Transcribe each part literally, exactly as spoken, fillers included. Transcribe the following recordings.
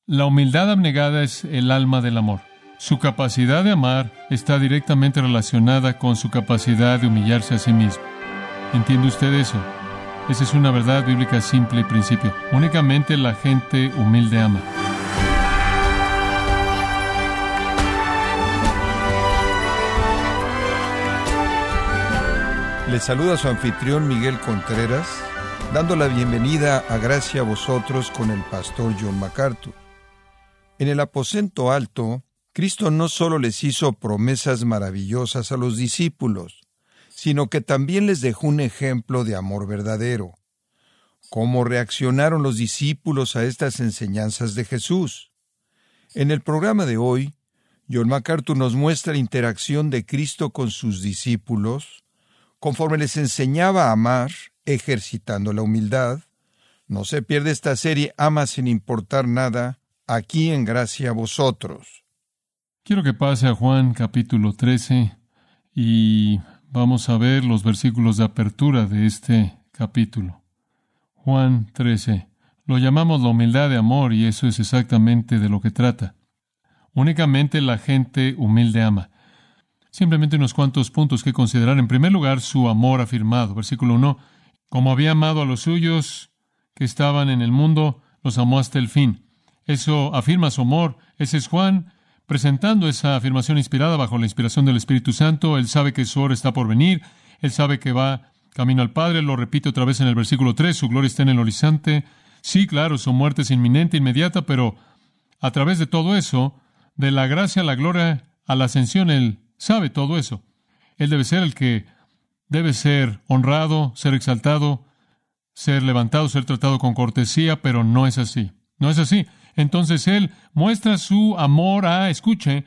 La humildad abnegada es el alma del amor. Su capacidad de amar está directamente relacionada con su capacidad de humillarse a sí mismo. ¿Entiende usted eso? Esa es una verdad bíblica simple y principio. Únicamente la gente humilde ama. Le saluda su anfitrión Miguel Contreras, dando la bienvenida a Gracia a vosotros con el pastor John MacArthur. En el aposento alto, Cristo no solo les hizo promesas maravillosas a los discípulos, sino que también les dejó un ejemplo de amor verdadero. ¿Cómo reaccionaron los discípulos a estas enseñanzas de Jesús? En el programa de hoy, John MacArthur nos muestra la interacción de Cristo con sus discípulos, conforme les enseñaba a amar, ejercitando la humildad. No se pierde esta serie Ama sin importar nada, aquí en Gracia a vosotros. Quiero que pase a Juan capítulo trece y vamos a ver los versículos de apertura de este capítulo. Juan trece. Lo llamamos la humildad de amor y eso es exactamente de lo que trata. Únicamente la gente humilde ama. Simplemente unos cuantos puntos que considerar. En primer lugar, su amor afirmado. Versículo uno. Como había amado a los suyos que estaban en el mundo, los amó hasta el fin. Eso afirma su amor. Ese es Juan presentando esa afirmación inspirada bajo la inspiración del Espíritu Santo. Él sabe que su hora está por venir. Él sabe que va camino al Padre. Lo repite otra vez en el versículo tres. Su gloria está en el horizonte. Sí, claro, su muerte es inminente, inmediata, pero a través de todo eso, de la gracia a la gloria, a la ascensión, Él sabe todo eso. Él debe ser el que debe ser honrado, ser exaltado, ser levantado, ser tratado con cortesía, pero no es así. No es así. Entonces Él muestra su amor a, escuche,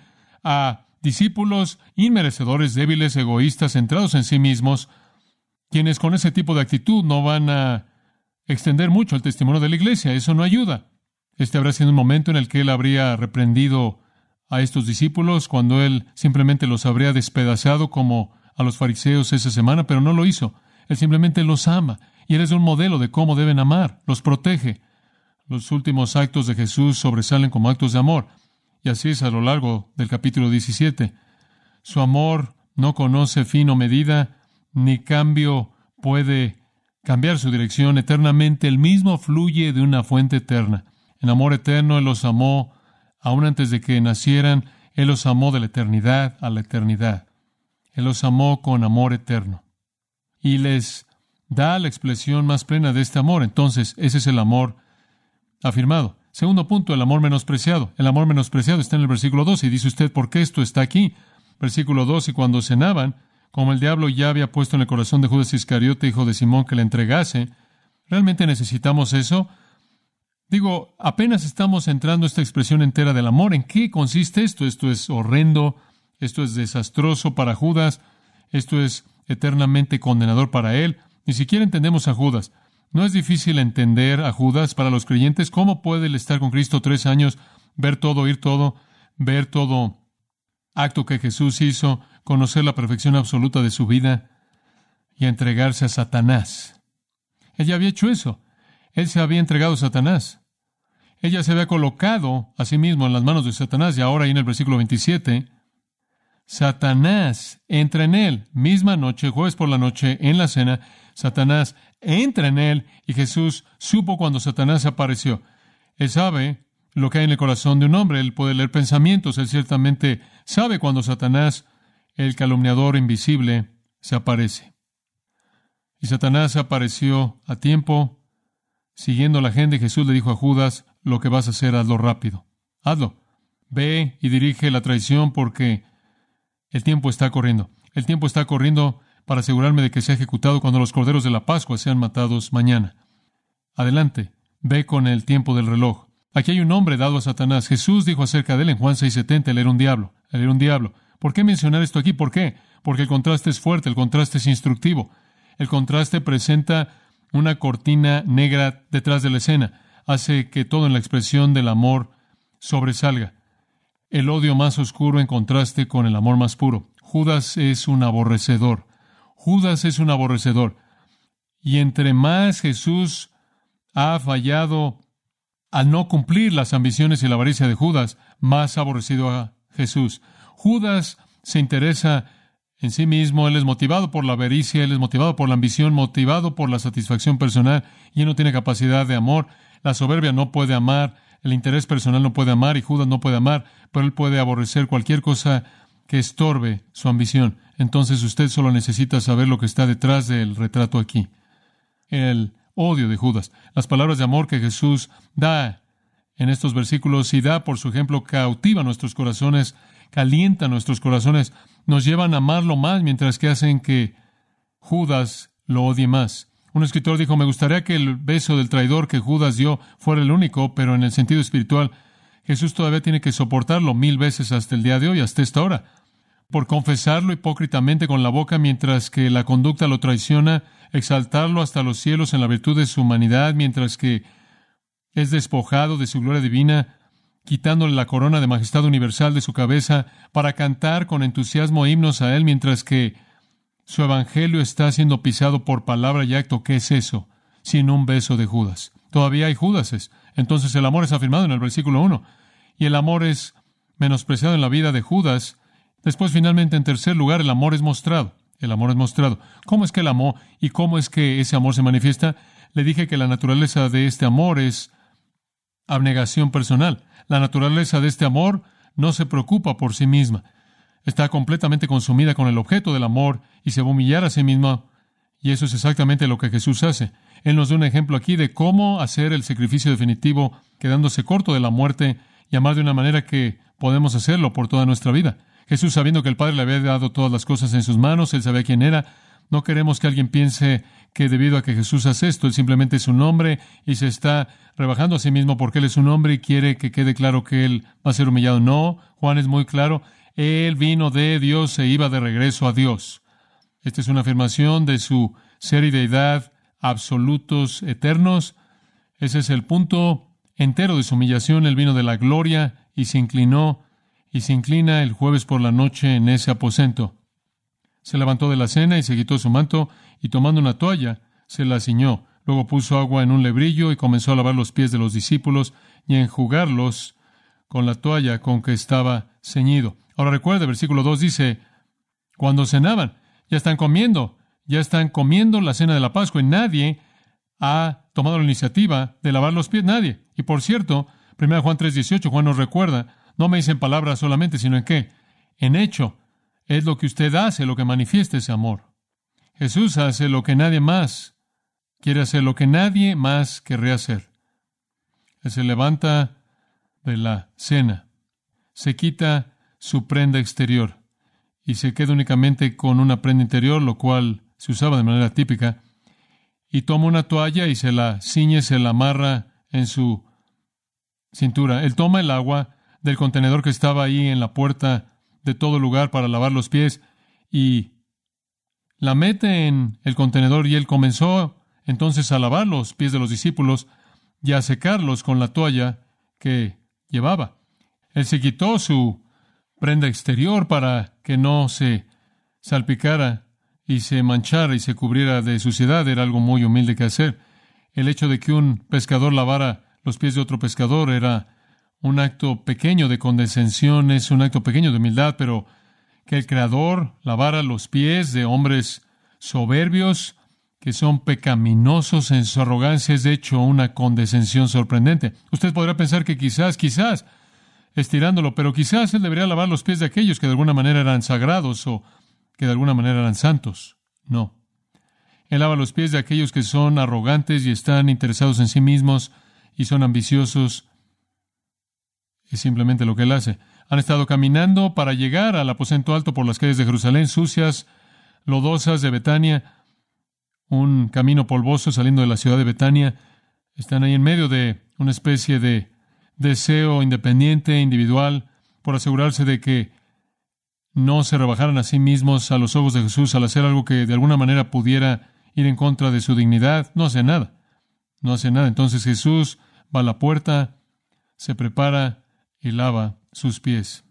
a discípulos inmerecedores, débiles, egoístas, centrados en sí mismos, quienes con ese tipo de actitud no van a extender mucho el testimonio de la iglesia. Eso no ayuda. Este habrá sido un momento en el que Él habría reprendido a estos discípulos, cuando Él simplemente los habría despedazado como a los fariseos esa semana, pero no lo hizo. Él simplemente los ama, y Él es un modelo de cómo deben amar, los protege. Los últimos actos de Jesús sobresalen como actos de amor, y así es a lo largo del capítulo diecisiete. Su amor no conoce fin o medida, ni cambio puede cambiar su dirección. Eternamente el mismo fluye de una fuente eterna. En amor eterno Él los amó aún antes de que nacieran. Él los amó de la eternidad a la eternidad. Él los amó con amor eterno. Y les da la expresión más plena de este amor. Entonces, ese es el amor afirmado. Segundo punto, el amor menospreciado. El amor menospreciado está en el versículo dos. Y dice usted, ¿por qué esto está aquí? Versículo dos, y cuando cenaban, como el diablo ya había puesto en el corazón de Judas Iscariote, hijo de Simón, que le entregase, ¿realmente necesitamos eso? Digo, apenas estamos entrando a esta expresión entera del amor. ¿En qué consiste esto? Esto es horrendo, esto es desastroso para Judas, esto es eternamente condenador para él. Ni siquiera entendemos a Judas. No es difícil entender a Judas para los creyentes. ¿Cómo puede él estar con Cristo tres años, ver todo, oír todo, ver todo acto que Jesús hizo, conocer la perfección absoluta de su vida y entregarse a Satanás? Él ya había hecho eso. Él se había entregado a Satanás. Ella se había colocado a sí mismo en las manos de Satanás, y ahora ahí en el versículo veintisiete, Satanás entra en él. Misma noche, jueves por la noche, en la cena, Satanás entra en él, y Jesús supo cuando Satanás apareció. Él sabe lo que hay en el corazón de un hombre. Él puede leer pensamientos. Él ciertamente sabe cuando Satanás, el calumniador invisible, se aparece. Y Satanás apareció a tiempo, siguiendo a la gente. Jesús le dijo a Judas, lo que vas a hacer, hazlo rápido. Hazlo. Ve y dirige la traición porque el tiempo está corriendo. El tiempo está corriendo para asegurarme de que sea ejecutado cuando los corderos de la Pascua sean matados mañana. Adelante. Ve con el tiempo del reloj. Aquí hay un hombre dado a Satanás. Jesús dijo acerca de él en Juan seis setenta, él era un diablo. Él era un diablo. ¿Por qué mencionar esto aquí? ¿Por qué? Porque el contraste es fuerte, el contraste es instructivo. El contraste presenta una cortina negra detrás de la escena. Hace que todo en la expresión del amor sobresalga. El odio más oscuro en contraste con el amor más puro. Judas es un aborrecedor. Judas es un aborrecedor. Y entre más Jesús ha fallado al no cumplir las ambiciones y la avaricia de Judas, más aborrecido a Jesús. Judas se interesa en sí mismo, él es motivado por la avaricia, él es motivado por la ambición, motivado por la satisfacción personal, y él no tiene capacidad de amor. La soberbia no puede amar, el interés personal no puede amar, y Judas no puede amar, pero él puede aborrecer cualquier cosa que estorbe su ambición. Entonces usted solo necesita saber lo que está detrás del retrato aquí. El odio de Judas. Las palabras de amor que Jesús da en estos versículos y da por su ejemplo cautiva nuestros corazones, calienta nuestros corazones, nos llevan a amarlo más, mientras que hacen que Judas lo odie más. Un escritor dijo, me gustaría que el beso del traidor que Judas dio fuera el único, pero en el sentido espiritual, Jesús todavía tiene que soportarlo mil veces hasta el día de hoy, hasta esta hora, por confesarlo hipócritamente con la boca, mientras que la conducta lo traiciona, exaltarlo hasta los cielos en la virtud de su humanidad, mientras que es despojado de su gloria divina, quitándole la corona de majestad universal de su cabeza para cantar con entusiasmo himnos a Él, mientras que su evangelio está siendo pisado por palabra y acto. ¿Qué es eso? Sin un beso de Judas. Todavía hay Judases. Entonces el amor es afirmado en el versículo uno. Y el amor es menospreciado en la vida de Judas. Después, finalmente, en tercer lugar, el amor es mostrado. El amor es mostrado. ¿Cómo es que él amó y cómo es que ese amor se manifiesta? Le dije que la naturaleza de este amor es abnegación personal. La naturaleza de este amor no se preocupa por sí misma. Está completamente consumida con el objeto del amor y se va a humillar a sí misma. Y eso es exactamente lo que Jesús hace. Él nos da un ejemplo aquí de cómo hacer el sacrificio definitivo, quedándose corto de la muerte y amar de una manera que podemos hacerlo por toda nuestra vida. Jesús, sabiendo que el Padre le había dado todas las cosas en sus manos, Él sabía quién era. No queremos que alguien piense que debido a que Jesús hace esto, Él simplemente es un hombre y se está rebajando a sí mismo porque Él es un hombre y quiere que quede claro que Él va a ser humillado. No, Juan es muy claro. Él vino de Dios e iba de regreso a Dios. Esta es una afirmación de su ser y deidad absolutos, eternos. Ese es el punto entero de su humillación. Él vino de la gloria y se inclinó y se inclina el jueves por la noche en ese aposento. Se levantó de la cena y se quitó su manto y tomando una toalla se la ciñó. Luego puso agua en un lebrillo y comenzó a lavar los pies de los discípulos y a enjugarlos con la toalla con que estaba ceñido. Ahora recuerde, versículo dos dice, cuando cenaban, ya están comiendo, ya están comiendo la cena de la Pascua y nadie ha tomado la iniciativa de lavar los pies, nadie. Y por cierto, primera Juan tres dieciocho, Juan nos recuerda, no me dicen palabras solamente, sino en qué, en hecho. Es lo que usted hace, lo que manifiesta ese amor. Jesús hace lo que nadie más quiere hacer, lo que nadie más querría hacer. Él se levanta de la cena, se quita su prenda exterior y se queda únicamente con una prenda interior, lo cual se usaba de manera típica, y toma una toalla y se la ciñe, se la amarra en su cintura. Él toma el agua del contenedor que estaba ahí en la puerta de todo lugar para lavar los pies y la mete en el contenedor y él comenzó entonces a lavar los pies de los discípulos y a secarlos con la toalla que llevaba. Él se quitó su prenda exterior para que no se salpicara y se manchara y se cubriera de suciedad. Era algo muy humilde que hacer. El hecho de que un pescador lavara los pies de otro pescador era un acto pequeño de condescensión, es un acto pequeño de humildad, pero que el Creador lavara los pies de hombres soberbios que son pecaminosos en su arrogancia es de hecho una condescensión sorprendente. Usted podrá pensar que quizás, quizás, estirándolo, pero quizás él debería lavar los pies de aquellos que de alguna manera eran sagrados o que de alguna manera eran santos. No. Él lava los pies de aquellos que son arrogantes y están interesados en sí mismos y son ambiciosos. Es simplemente lo que él hace. Han estado caminando para llegar al aposento alto por las calles de Jerusalén, sucias, lodosas de Betania, un camino polvoso saliendo de la ciudad de Betania. Están ahí en medio de una especie de deseo independiente, individual, por asegurarse de que no se rebajaran a sí mismos a los ojos de Jesús al hacer algo que de alguna manera pudiera ir en contra de su dignidad. No hace nada. No hace nada. Entonces Jesús va a la puerta, se prepara y lava sus pies.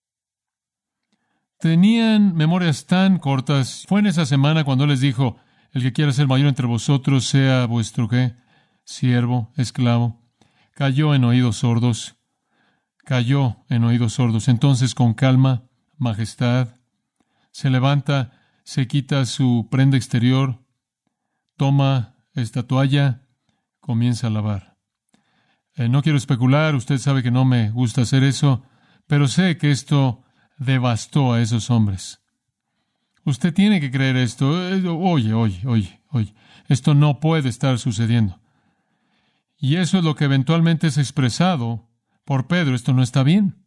Tenían memorias tan cortas. Fue en esa semana cuando les dijo, el que quiera ser mayor entre vosotros sea vuestro, ¿qué? Siervo, esclavo. cayó en oídos sordos, cayó en oídos sordos. Entonces, con calma, majestad, se levanta, se quita su prenda exterior, toma esta toalla, comienza a lavar. Eh, no quiero especular, usted sabe que no me gusta hacer eso, pero sé que esto devastó a esos hombres. Usted tiene que creer esto. Oye, oye, oye, oye. Esto no puede estar sucediendo. Y eso es lo que eventualmente es expresado por Pedro. Esto no está bien.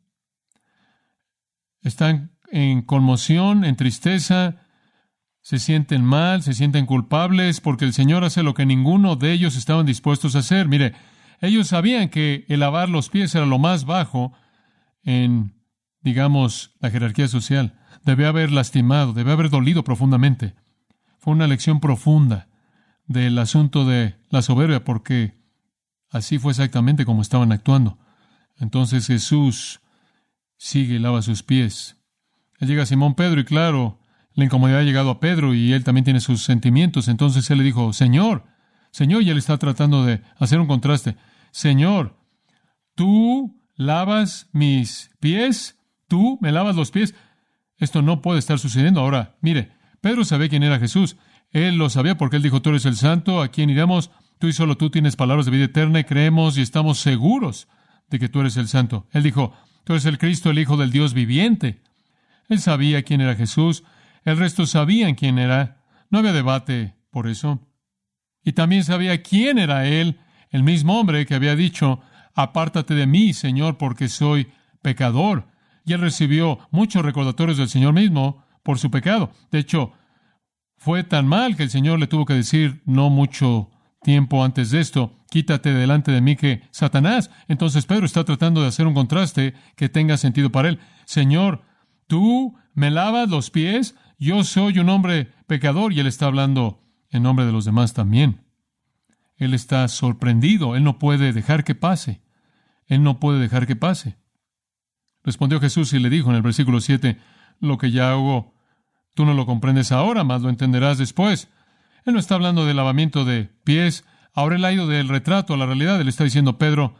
Están en conmoción, en tristeza, se sienten mal, se sienten culpables, porque el Señor hace lo que ninguno de ellos estaban dispuestos a hacer. Mire, ellos sabían que el lavar los pies era lo más bajo en, digamos, la jerarquía social. Debe haber lastimado, debe haber dolido profundamente. Fue una lección profunda del asunto de la soberbia, porque así fue exactamente como estaban actuando. Entonces Jesús sigue y lava sus pies. Él llega a Simón Pedro y claro, la incomodidad ha llegado a Pedro y él también tiene sus sentimientos. Entonces él le dijo, Señor, Señor, y él está tratando de hacer un contraste. Señor, ¿tú lavas mis pies? ¿Tú me lavas los pies? Esto no puede estar sucediendo. Ahora, mire, Pedro sabía quién era Jesús. Él lo sabía porque él dijo, tú eres el santo, ¿a quién iremos? Tú y solo tú tienes palabras de vida eterna y creemos y estamos seguros de que tú eres el santo. Él dijo, tú eres el Cristo, el Hijo del Dios viviente. Él sabía quién era Jesús. El resto sabían quién era. No había debate por eso. Y también sabía quién era él, el mismo hombre que había dicho, apártate de mí, Señor, porque soy pecador. Y él recibió muchos recordatorios del Señor mismo por su pecado. De hecho, fue tan mal que el Señor le tuvo que decir no mucho tiempo antes de esto, quítate delante de mí que Satanás. Entonces Pedro está tratando de hacer un contraste que tenga sentido para él. Señor, tú me lavas los pies, yo soy un hombre pecador, y él está hablando en nombre de los demás también. Él está sorprendido, él no puede dejar que pase. Él no puede dejar que pase. Respondió Jesús y le dijo en el versículo siete, lo que ya hago, tú no lo comprendes ahora, mas lo entenderás después. Él no está hablando de lavamiento de pies, ahora él ha ido del retrato a la realidad. Él está diciendo, Pedro,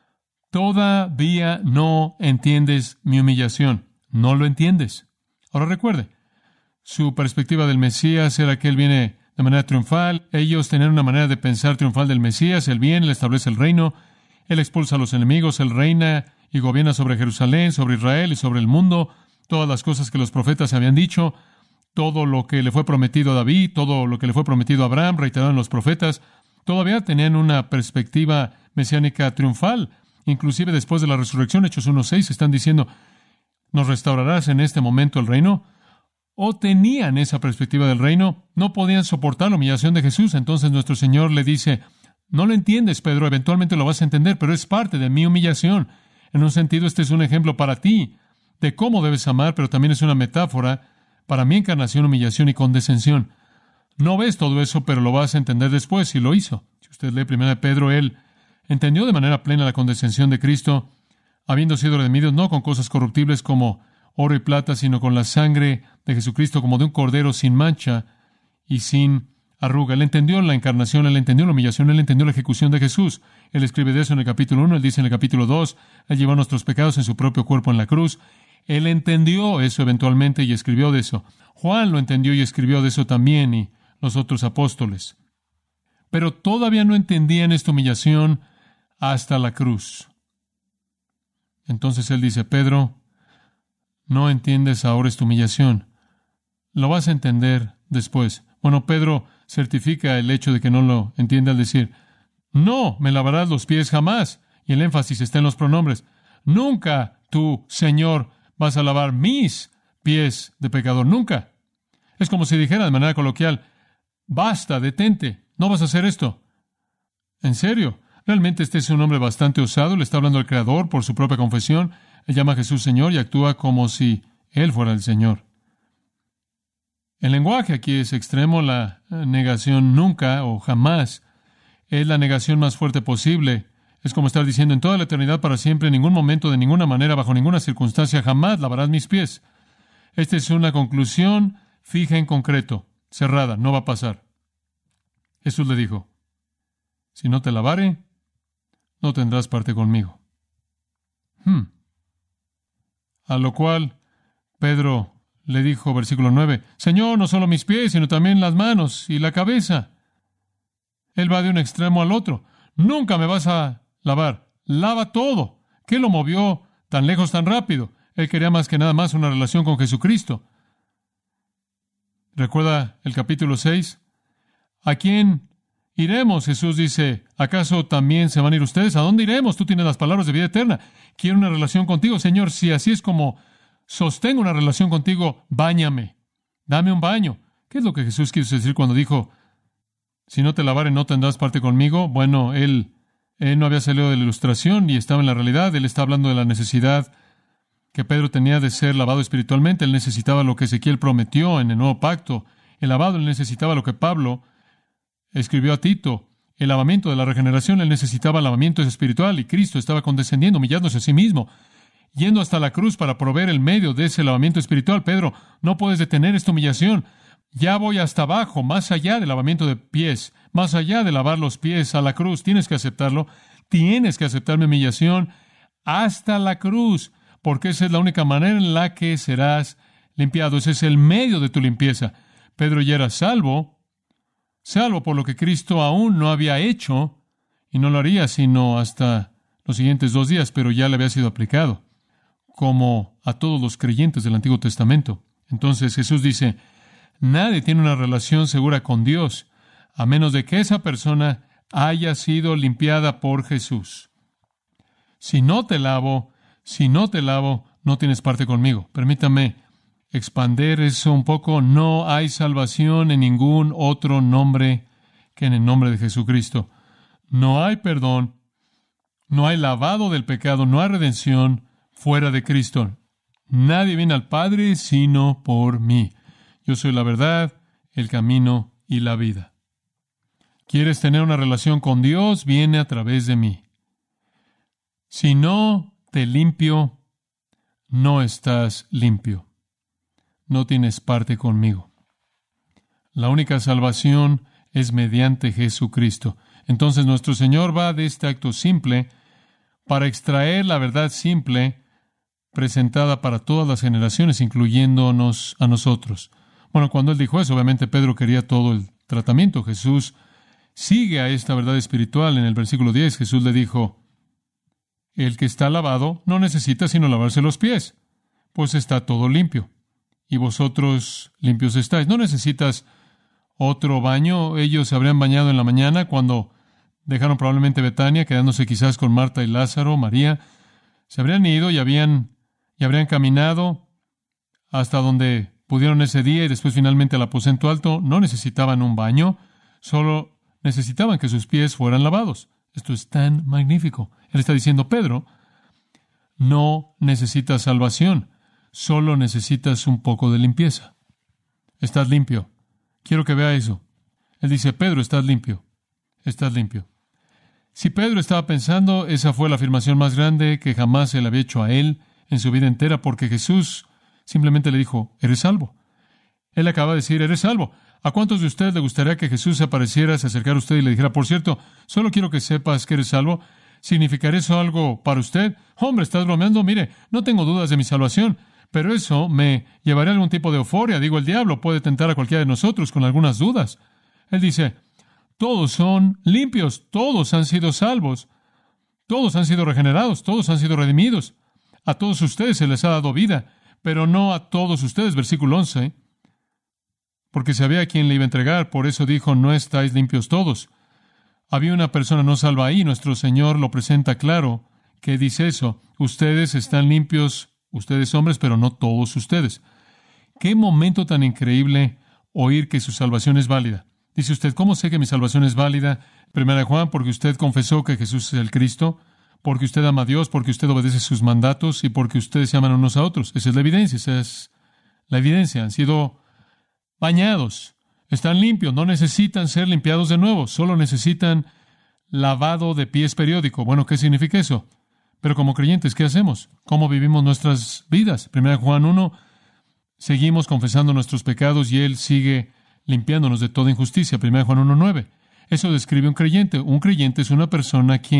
todavía no entiendes mi humillación, no lo entiendes. Ahora recuerde, su perspectiva del Mesías era que él viene de manera triunfal, ellos tenían una manera de pensar triunfal del Mesías, él viene, él establece el reino, él expulsa a los enemigos, él reina y gobierna sobre Jerusalén, sobre Israel y sobre el mundo, todas las cosas que los profetas habían dicho, todo lo que le fue prometido a David, todo lo que le fue prometido a Abraham, reiterado en los profetas, todavía tenían una perspectiva mesiánica triunfal. Inclusive después de la resurrección, Hechos uno seis, están diciendo, ¿nos restaurarás en este momento el reino? O tenían esa perspectiva del reino, no podían soportar la humillación de Jesús. Entonces nuestro Señor le dice, no lo entiendes, Pedro, eventualmente lo vas a entender, pero es parte de mi humillación. En un sentido, este es un ejemplo para ti de cómo debes amar, pero también es una metáfora para mi encarnación, humillación y condescensión. No ves todo eso, pero lo vas a entender después, y lo hizo. Si usted lee primera de Pedro, él entendió de manera plena la condescensión de Cristo, habiendo sido redimidos no con cosas corruptibles como oro y plata, sino con la sangre de Jesucristo como de un cordero sin mancha y sin arruga. Él entendió la encarnación, él entendió la humillación, él entendió la ejecución de Jesús. Él escribe de eso en el capítulo uno, él dice en el capítulo dos, él llevó nuestros pecados en su propio cuerpo en la cruz. Él entendió eso eventualmente y escribió de eso. Juan lo entendió y escribió de eso también, y los otros apóstoles. Pero todavía no entendían esta humillación hasta la cruz. Entonces él dice, Pedro, no entiendes ahora esta humillación. Lo vas a entender después. Bueno, Pedro certifica el hecho de que no lo entiende al decir, no me lavarás los pies jamás. Y el énfasis está en los pronombres. Nunca tú, Señor, vas a lavar mis pies de pecador. Nunca. Es como si dijera de manera coloquial, basta, detente, no vas a hacer esto. En serio, realmente este es un hombre bastante osado, le está hablando al Creador por su propia confesión. Él llama a Jesús Señor y actúa como si Él fuera el Señor. El lenguaje aquí es extremo, la negación nunca o jamás es la negación más fuerte posible. Es como estar diciendo en toda la eternidad para siempre, en ningún momento, de ninguna manera, bajo ninguna circunstancia, jamás lavarás mis pies. Esta es una conclusión fija en concreto, cerrada, no va a pasar. Jesús le dijo, si no te lavare, no tendrás parte conmigo. Hmm. A lo cual Pedro le dijo, versículo nueve, Señor, no solo mis pies, sino también las manos y la cabeza. Él va de un extremo al otro. Nunca me vas a lavar. Lava todo. ¿Qué lo movió tan lejos, tan rápido? Él quería más que nada más una relación con Jesucristo. ¿Recuerda el capítulo seis? ¿A quién iremos? Jesús dice, ¿acaso también se van a ir ustedes? ¿A dónde iremos? Tú tienes las palabras de vida eterna. Quiero una relación contigo, Señor. Si así es como sostengo una relación contigo, báñame. Dame un baño. ¿Qué es lo que Jesús quiso decir cuando dijo, si no te lavare no tendrás parte conmigo? Bueno, él, él no había salido de la ilustración y estaba en la realidad. Él está hablando de la necesidad que Pedro tenía de ser lavado espiritualmente. Él necesitaba lo que Ezequiel prometió en el nuevo pacto. El lavado, él necesitaba lo que Pablo escribió a Tito. El lavamiento de la regeneración, él necesitaba lavamiento espiritual y Cristo estaba condescendiendo, humillándose a sí mismo, yendo hasta la cruz para proveer el medio de ese lavamiento espiritual. Pedro, no puedes detener esta humillación. Ya voy hasta abajo, más allá del lavamiento de pies, más allá de lavar los pies a la cruz. Tienes que aceptarlo. Tienes que aceptar mi humillación hasta la cruz, porque esa es la única manera en la que serás limpiado. Ese es el medio de tu limpieza. Pedro ya era salvo, salvo por lo que Cristo aún no había hecho, y no lo haría sino hasta los siguientes dos días, pero ya le había sido aplicado, como a todos los creyentes del Antiguo Testamento. Entonces Jesús dice, nadie tiene una relación segura con Dios, a menos de que esa persona haya sido limpiada por Jesús. Si no te lavo, si no te lavo, no tienes parte conmigo. Permítame expander eso un poco. No hay salvación en ningún otro nombre que en el nombre de Jesucristo. No hay perdón, no hay lavado del pecado, no hay redención fuera de Cristo. Nadie viene al Padre sino por mí. Yo soy la verdad, el camino y la vida. ¿Quieres tener una relación con Dios? Viene a través de mí. Si no te limpio, no estás limpio. No tienes parte conmigo. La única salvación es mediante Jesucristo. Entonces nuestro Señor va de este acto simple para extraer la verdad simple presentada para todas las generaciones, incluyéndonos a nosotros. Bueno, cuando Él dijo eso, obviamente Pedro quería todo el tratamiento. Jesús sigue a esta verdad espiritual. En el versículo diez, Jesús le dijo, el que está lavado no necesita sino lavarse los pies, pues está todo limpio. Y vosotros limpios estáis. No necesitas otro baño. Ellos se habrían bañado en la mañana cuando dejaron probablemente Betania, quedándose quizás con Marta y Lázaro, María. Se habrían ido y habían, y habrían caminado hasta donde pudieron ese día y después finalmente al aposento alto. No necesitaban un baño, solo necesitaban que sus pies fueran lavados. Esto es tan magnífico. Él está diciendo, Pedro, no necesitas salvación, solo necesitas un poco de limpieza. Estás limpio. Quiero que vea eso. Él dice, Pedro, estás limpio. Estás limpio. Si Pedro estaba pensando, esa fue la afirmación más grande que jamás se le había hecho a él en su vida entera, porque Jesús simplemente le dijo, eres salvo. Él acaba de decir, eres salvo. ¿A cuántos de ustedes le gustaría que Jesús se apareciera, se acercara a usted y le dijera, por cierto, solo quiero que sepas que eres salvo? ¿Significaría eso algo para usted? Hombre, ¿estás bromeando? Mire, no tengo dudas de mi salvación, pero eso me llevaría a algún tipo de euforia. Digo, el diablo puede tentar a cualquiera de nosotros con algunas dudas. Él dice, todos son limpios, todos han sido salvos, todos han sido regenerados, todos han sido redimidos. A todos ustedes se les ha dado vida, pero no a todos ustedes, versículo once, porque sabía a quién le iba a entregar, por eso dijo, no estáis limpios todos. Había una persona no salva ahí, nuestro Señor lo presenta claro, que dice eso, ustedes están limpios, ustedes hombres, pero no todos ustedes. Qué momento tan increíble oír que su salvación es válida. Dice usted, ¿cómo sé que mi salvación es válida? Primera de Juan, porque usted confesó que Jesús es el Cristo, porque usted ama a Dios, porque usted obedece sus mandatos y porque ustedes se aman unos a otros. Esa es la evidencia, esa es la evidencia. Han sido bañados, están limpios, no necesitan ser limpiados de nuevo, solo necesitan lavado de pies periódico. Bueno, ¿qué significa eso? Pero como creyentes, ¿qué hacemos? ¿Cómo vivimos nuestras vidas? Primera de Juan uno, seguimos confesando nuestros pecados y Él sigue limpiándonos de toda injusticia. Primera de Juan uno nueve. Eso describe un creyente. Un creyente es una persona quien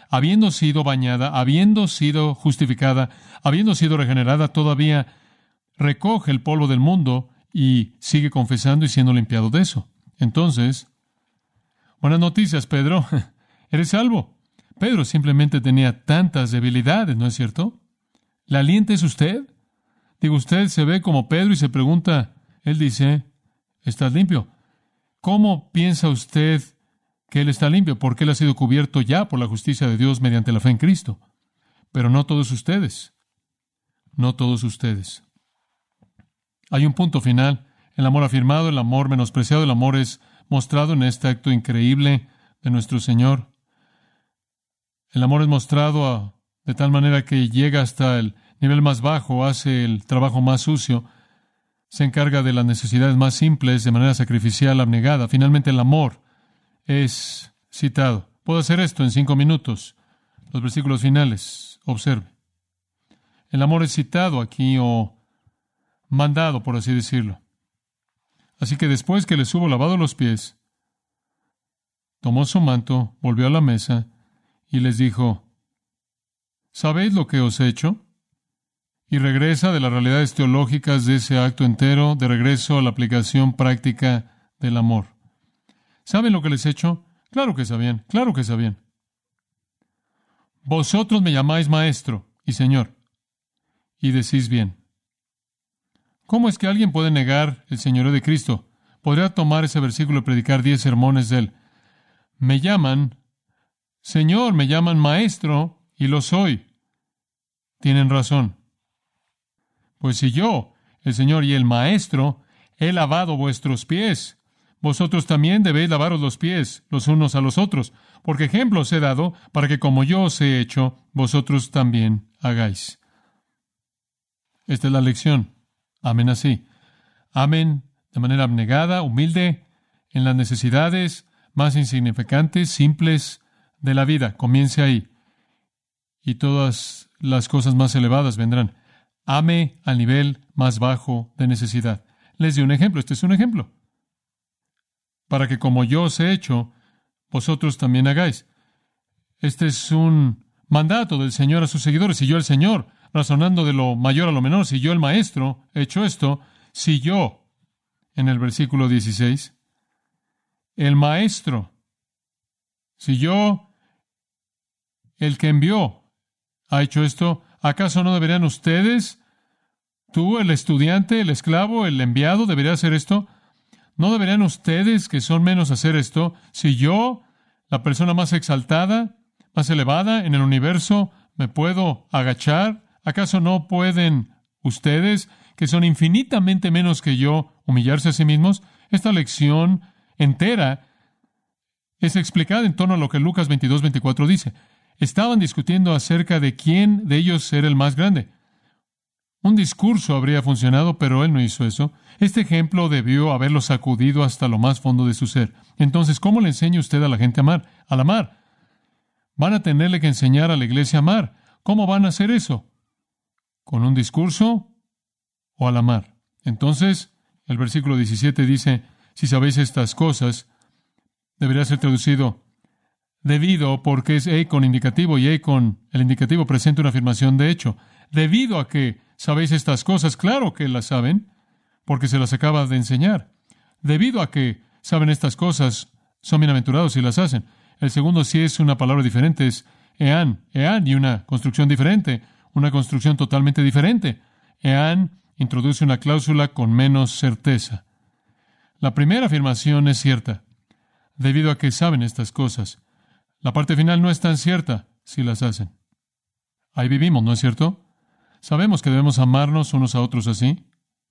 habiendo sido bañada, habiendo sido justificada, habiendo sido regenerada, todavía recoge el polvo del mundo y sigue confesando y siendo limpiado de eso. Entonces, buenas noticias, Pedro. Eres salvo. Pedro simplemente tenía tantas debilidades, ¿no es cierto? ¿Le alienta es usted? Digo, usted se ve como Pedro y se pregunta, él dice, ¿estás limpio? ¿Cómo piensa usted que él está limpio? Porque él ha sido cubierto ya por la justicia de Dios mediante la fe en Cristo. Pero no todos ustedes. No todos ustedes. Hay un punto final. El amor afirmado, el amor menospreciado, el amor es mostrado en este acto increíble de nuestro Señor. El amor es mostrado a, de tal manera que llega hasta el nivel más bajo, hace el trabajo más sucio, se encarga de las necesidades más simples de manera sacrificial, abnegada. Finalmente el amor es citado. Puedo hacer esto en cinco minutos. Los versículos finales. Observe. El amor es citado aquí o mandado, por así decirlo. Así que después que les hubo lavado los pies, tomó su manto, volvió a la mesa y les dijo, ¿sabéis lo que os he hecho? Y regresa de las realidades teológicas de ese acto entero, de regreso a la aplicación práctica del amor. ¿Saben lo que les he hecho? Claro que sabían, claro que sabían. Vosotros me llamáis maestro y señor, y decís bien. ¿Cómo es que alguien puede negar el señorío de Cristo? Podría tomar ese versículo y predicar diez sermones de él. Me llaman Señor, me llaman maestro, y lo soy. Tienen razón. Pues si yo, el Señor y el Maestro, he lavado vuestros pies, vosotros también debéis lavaros los pies los unos a los otros, porque ejemplo os he dado para que como yo os he hecho, vosotros también hagáis. Esta es la lección. Amen así. Amen de manera abnegada, humilde, en las necesidades más insignificantes, simples de la vida. Comience ahí. Y todas las cosas más elevadas vendrán. Ame al nivel más bajo de necesidad. Les di un ejemplo. Este es un ejemplo. Para que como yo os he hecho, vosotros también hagáis. Este es un mandato del Señor a sus seguidores. Si yo, el Señor, razonando de lo mayor a lo menor, si yo, el Maestro, he hecho esto, si yo, en el versículo dieciséis, el Maestro, si yo, el que envió, ha hecho esto, ¿acaso no deberían ustedes, tú, el estudiante, el esclavo, el enviado, debería hacer esto? ¿No deberían ustedes, que son menos, hacer esto? Si yo, la persona más exaltada, más elevada en el universo, me puedo agachar, ¿acaso no pueden ustedes, que son infinitamente menos que yo, humillarse a sí mismos? Esta lección entera es explicada en torno a lo que Lucas veintidós, veinticuatro dice. Estaban discutiendo acerca de quién de ellos era el más grande. Un discurso habría funcionado, pero él no hizo eso. Este ejemplo debió haberlo sacudido hasta lo más fondo de su ser. Entonces, ¿cómo le enseña usted a la gente a amar? Al amar. Van a tenerle que enseñar a la iglesia a amar. ¿Cómo van a hacer eso? ¿Con un discurso o al amar? Entonces, el versículo diecisiete dice, si sabéis estas cosas, debería ser traducido debido, porque es e con indicativo, y e con el indicativo presenta una afirmación de hecho. Debido a que sabéis estas cosas, claro que las saben, porque se las acaba de enseñar. Debido a que saben estas cosas, son bienaventurados si las hacen. El segundo sí es una palabra diferente, es ean, ean, y una construcción diferente, una construcción totalmente diferente. Ean introduce una cláusula con menos certeza. La primera afirmación es cierta, debido a que saben estas cosas. La parte final no es tan cierta si las hacen. Ahí vivimos, ¿no es cierto? Sabemos que debemos amarnos unos a otros así.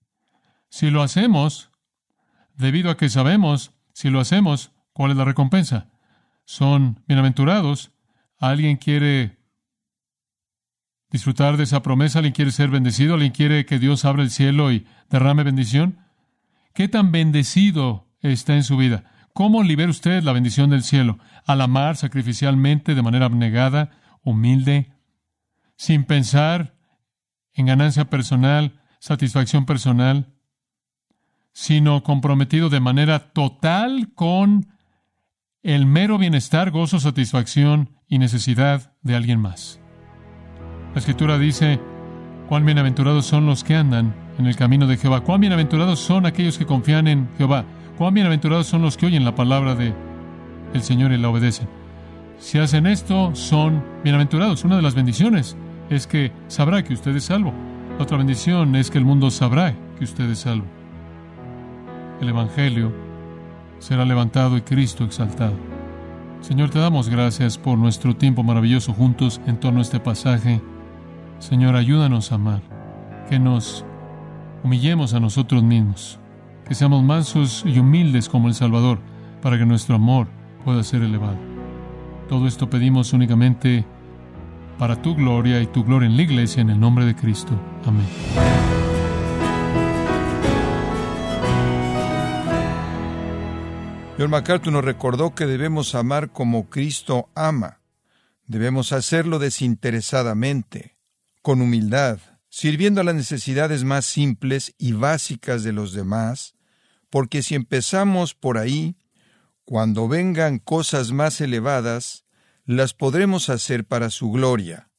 Si lo hacemos, debido a que sabemos, si lo hacemos, ¿cuál es la recompensa? Son bienaventurados. ¿Alguien quiere disfrutar de esa promesa? ¿Alguien quiere ser bendecido? ¿Alguien quiere que Dios abra el cielo y derrame bendición? ¿Qué tan bendecido está en su vida? ¿Cómo libera usted la bendición del cielo? Al amar sacrificialmente, de manera abnegada, humilde, sin pensar en ganancia personal, satisfacción personal, sino comprometido de manera total con el mero bienestar, gozo, satisfacción y necesidad de alguien más. La Escritura dice, cuán bienaventurados son los que andan en el camino de Jehová. Cuán bienaventurados son aquellos que confían en Jehová. Cuán bienaventurados son los que oyen la palabra de el Señor y la obedecen. Si hacen esto, son bienaventurados. Una de las bendiciones es que sabrá que usted es salvo. La otra bendición es que el mundo sabrá que usted es salvo. El Evangelio será levantado y Cristo exaltado. Señor, te damos gracias por nuestro tiempo maravilloso juntos en torno a este pasaje. Señor, ayúdanos a amar, que nos humillemos a nosotros mismos, que seamos mansos y humildes como el Salvador, para que nuestro amor pueda ser elevado. Todo esto pedimos únicamente para tu gloria y tu gloria en la iglesia, en el nombre de Cristo. Amén. John MacArthur nos recordó que debemos amar como Cristo ama. Debemos hacerlo desinteresadamente, con humildad, sirviendo a las necesidades más simples y básicas de los demás, porque si empezamos por ahí, cuando vengan cosas más elevadas, las podremos hacer para su gloria.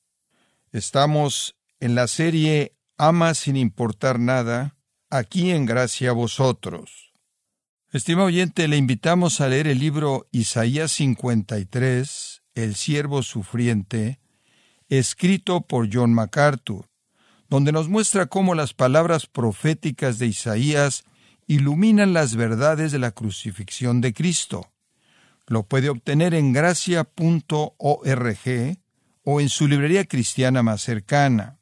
Estamos en la serie Ama sin importar nada, aquí en Gracia a Vosotros. Estimado oyente, le invitamos a leer el libro Isaías cincuenta y tres, El siervo sufriente, escrito por John MacArthur, donde nos muestra cómo las palabras proféticas de Isaías iluminan las verdades de la crucifixión de Cristo. Lo puede obtener en gracia punto org o en su librería cristiana más cercana.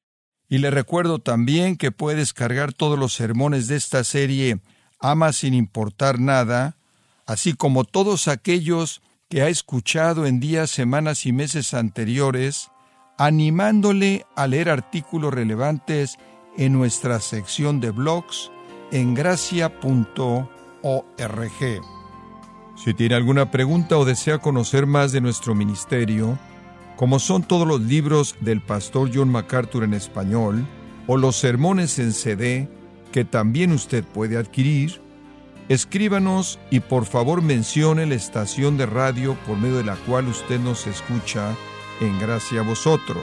Y le recuerdo también que puede descargar todos los sermones de esta serie Ama sin importar nada, así como todos aquellos que ha escuchado en días, semanas y meses anteriores, animándole a leer artículos relevantes en nuestra sección de blogs en gracia punto org. Si tiene alguna pregunta o desea conocer más de nuestro ministerio, como son todos los libros del pastor John MacArthur en español, o los sermones en C D, que también usted puede adquirir, escríbanos y por favor mencione la estación de radio por medio de la cual usted nos escucha en Gracia a Vosotros.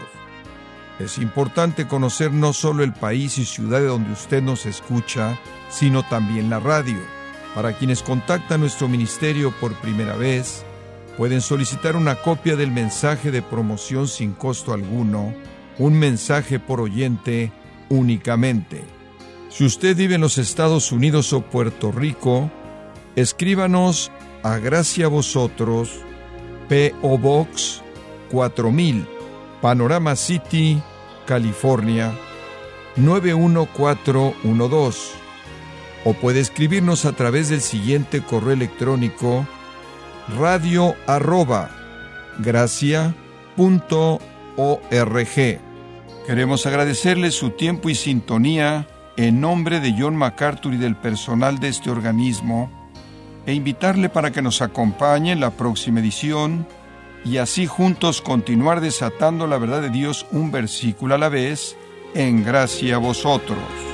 Es importante conocer no solo el país y ciudad de donde usted nos escucha, sino también la radio. Para quienes contactan nuestro ministerio por primera vez, pueden solicitar una copia del mensaje de promoción sin costo alguno, un mensaje por oyente únicamente. Si usted vive en los Estados Unidos o Puerto Rico, escríbanos a Gracia a Vosotros, P O Box cuatro mil, Panorama City, California, nueve uno cuatro uno dos. O puede escribirnos a través del siguiente correo electrónico, radio arroba gracia punto org. Queremos agradecerle su tiempo y sintonía en nombre de John MacArthur y del personal de este organismo, e invitarle para que nos acompañe en la próxima edición y así juntos continuar desatando la verdad de Dios un versículo a la vez en Gracia a Vosotros.